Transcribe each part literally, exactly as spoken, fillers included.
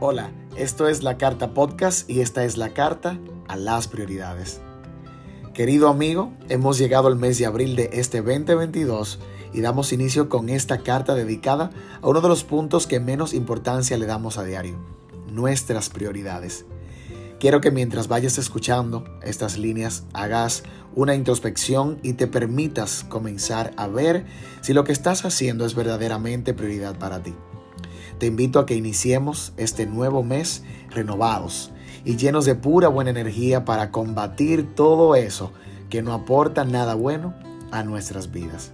Hola, esto es La Carta Podcast y esta es la carta a las prioridades. Querido amigo, hemos llegado al mes de abril de este veinte veintidós y damos inicio con esta carta dedicada a uno de los puntos que menos importancia le damos a diario, nuestras prioridades. Quiero que mientras vayas escuchando estas líneas hagas una introspección y te permitas comenzar a ver si lo que estás haciendo es verdaderamente prioridad para ti. Te invito a que iniciemos este nuevo mes renovados y llenos de pura buena energía para combatir todo eso que no aporta nada bueno a nuestras vidas.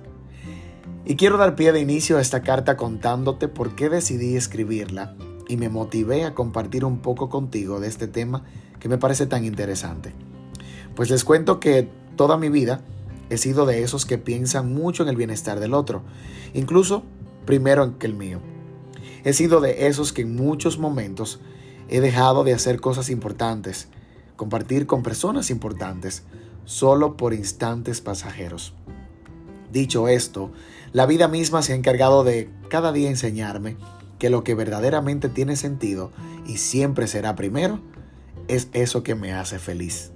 Y quiero dar pie de inicio a esta carta contándote por qué decidí escribirla y me motivé a compartir un poco contigo de este tema que me parece tan interesante. Pues les cuento que toda mi vida he sido de esos que piensan mucho en el bienestar del otro, incluso primero que el mío. He sido de esos que en muchos momentos he dejado de hacer cosas importantes, compartir con personas importantes, solo por instantes pasajeros. Dicho esto, la vida misma se ha encargado de cada día enseñarme que lo que verdaderamente tiene sentido y siempre será primero, es eso que me hace feliz.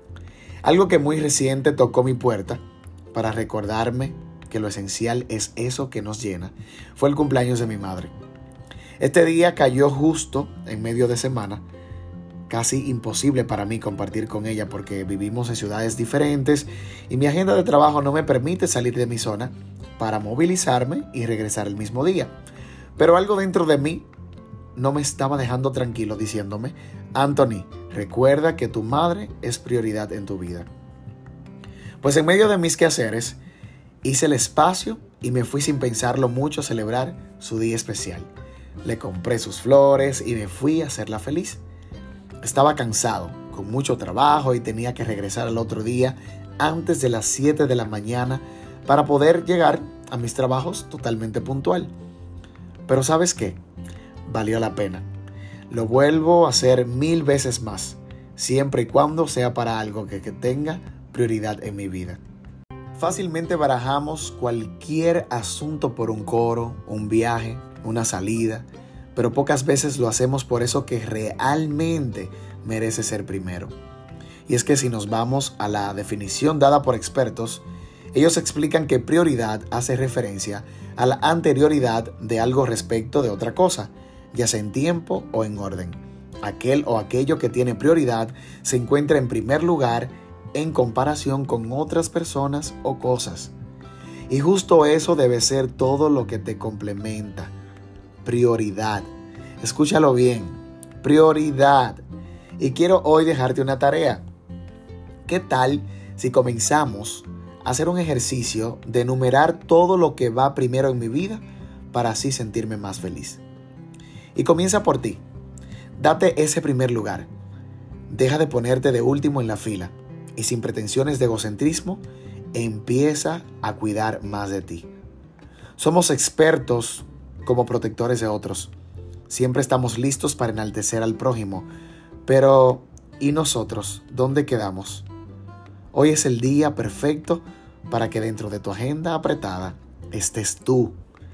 Algo que muy reciente tocó mi puerta para recordarme que lo esencial es eso que nos llena, fue el cumpleaños de mi madre. Este día cayó justo en medio de semana, casi imposible para mí compartir con ella porque vivimos en ciudades diferentes y mi agenda de trabajo no me permite salir de mi zona para movilizarme y regresar el mismo día. Pero algo dentro de mí no me estaba dejando tranquilo diciéndome: Anthony, recuerda que tu madre es prioridad en tu vida. Pues en medio de mis quehaceres hice el espacio y me fui sin pensarlo mucho a celebrar su día especial. Le compré sus flores y me fui a hacerla feliz. Estaba cansado, con mucho trabajo y tenía que regresar al otro día antes de las siete de la mañana para poder llegar a mis trabajos totalmente puntual. Pero ¿sabes qué? Valió la pena. Lo vuelvo a hacer mil veces más, siempre y cuando sea para algo que, que tenga prioridad en mi vida. Fácilmente barajamos cualquier asunto por un coro, un viaje, una salida, pero pocas veces lo hacemos por eso que realmente merece ser primero. Y es que si nos vamos a la definición dada por expertos, ellos explican que prioridad hace referencia a la anterioridad de algo respecto de otra cosa, ya sea en tiempo o en orden. Aquel o aquello que tiene prioridad se encuentra en primer lugar en comparación con otras personas o cosas. Y justo eso debe ser todo lo que te complementa. Prioridad. Escúchalo bien. Prioridad. Y quiero hoy dejarte una tarea. ¿Qué tal si comenzamos a hacer un ejercicio de enumerar todo lo que va primero en mi vida para así sentirme más feliz? Y comienza por ti. Date ese primer lugar. Deja de ponerte de último en la fila. Y sin pretensiones de egocentrismo, empieza a cuidar más de ti. Somos expertos como protectores de otros. Siempre estamos listos para enaltecer al prójimo. Pero, ¿y nosotros? ¿Dónde quedamos? Hoy es el día perfecto para que dentro de tu agenda apretada estés tú.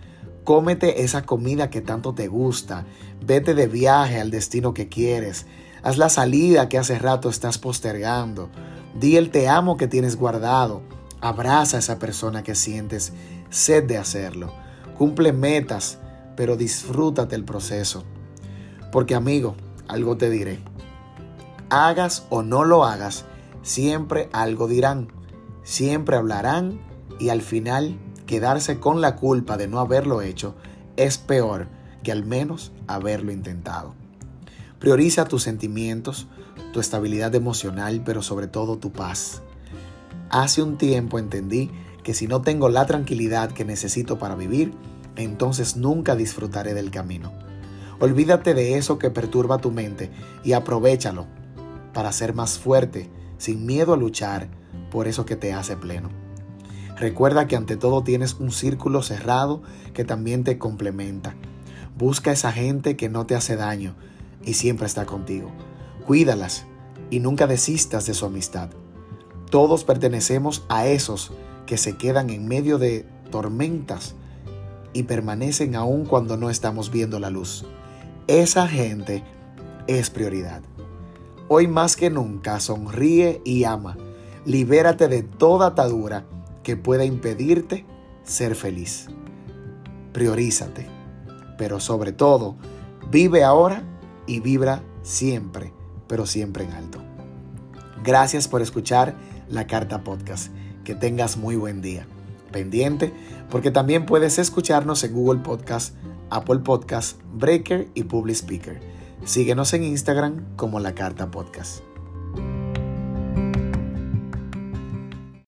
Cómete esa comida que tanto te gusta. Vete de viaje al destino que quieres. Haz la salida que hace rato estás postergando. Di el te amo que tienes guardado. Abraza a esa persona que sientes sed de hacerlo. Cumple metas, pero disfrútate el proceso. Porque amigo, algo te diré. Hagas o no lo hagas, siempre algo dirán. Siempre hablarán y al final quedarse con la culpa de no haberlo hecho es peor que al menos haberlo intentado. Prioriza tus sentimientos, tu estabilidad emocional, pero sobre todo tu paz. Hace un tiempo entendí que si no tengo la tranquilidad que necesito para vivir, entonces nunca disfrutaré del camino. Olvídate de eso que perturba tu mente y aprovéchalo para ser más fuerte, sin miedo a luchar por eso que te hace pleno. Recuerda que ante todo tienes un círculo cerrado que también te complementa. Busca esa gente que no te hace daño y siempre está contigo. Cuídalas y nunca desistas de su amistad. Todos pertenecemos a esos que se quedan en medio de tormentas y permanecen aún cuando no estamos viendo la luz. esa gente es prioridad. Hoy más que nunca sonríe y ama. Libérate de toda atadura que pueda impedirte ser feliz. Priorízate, pero sobre todo, vive ahora y vibra siempre, pero siempre en alto. Gracias por escuchar La Carta Podcast. Que tengas muy buen día. Pendiente, porque también puedes escucharnos en Google Podcast, Apple Podcast, Breaker y Public Speaker. Síguenos en Instagram como La Carta Podcast.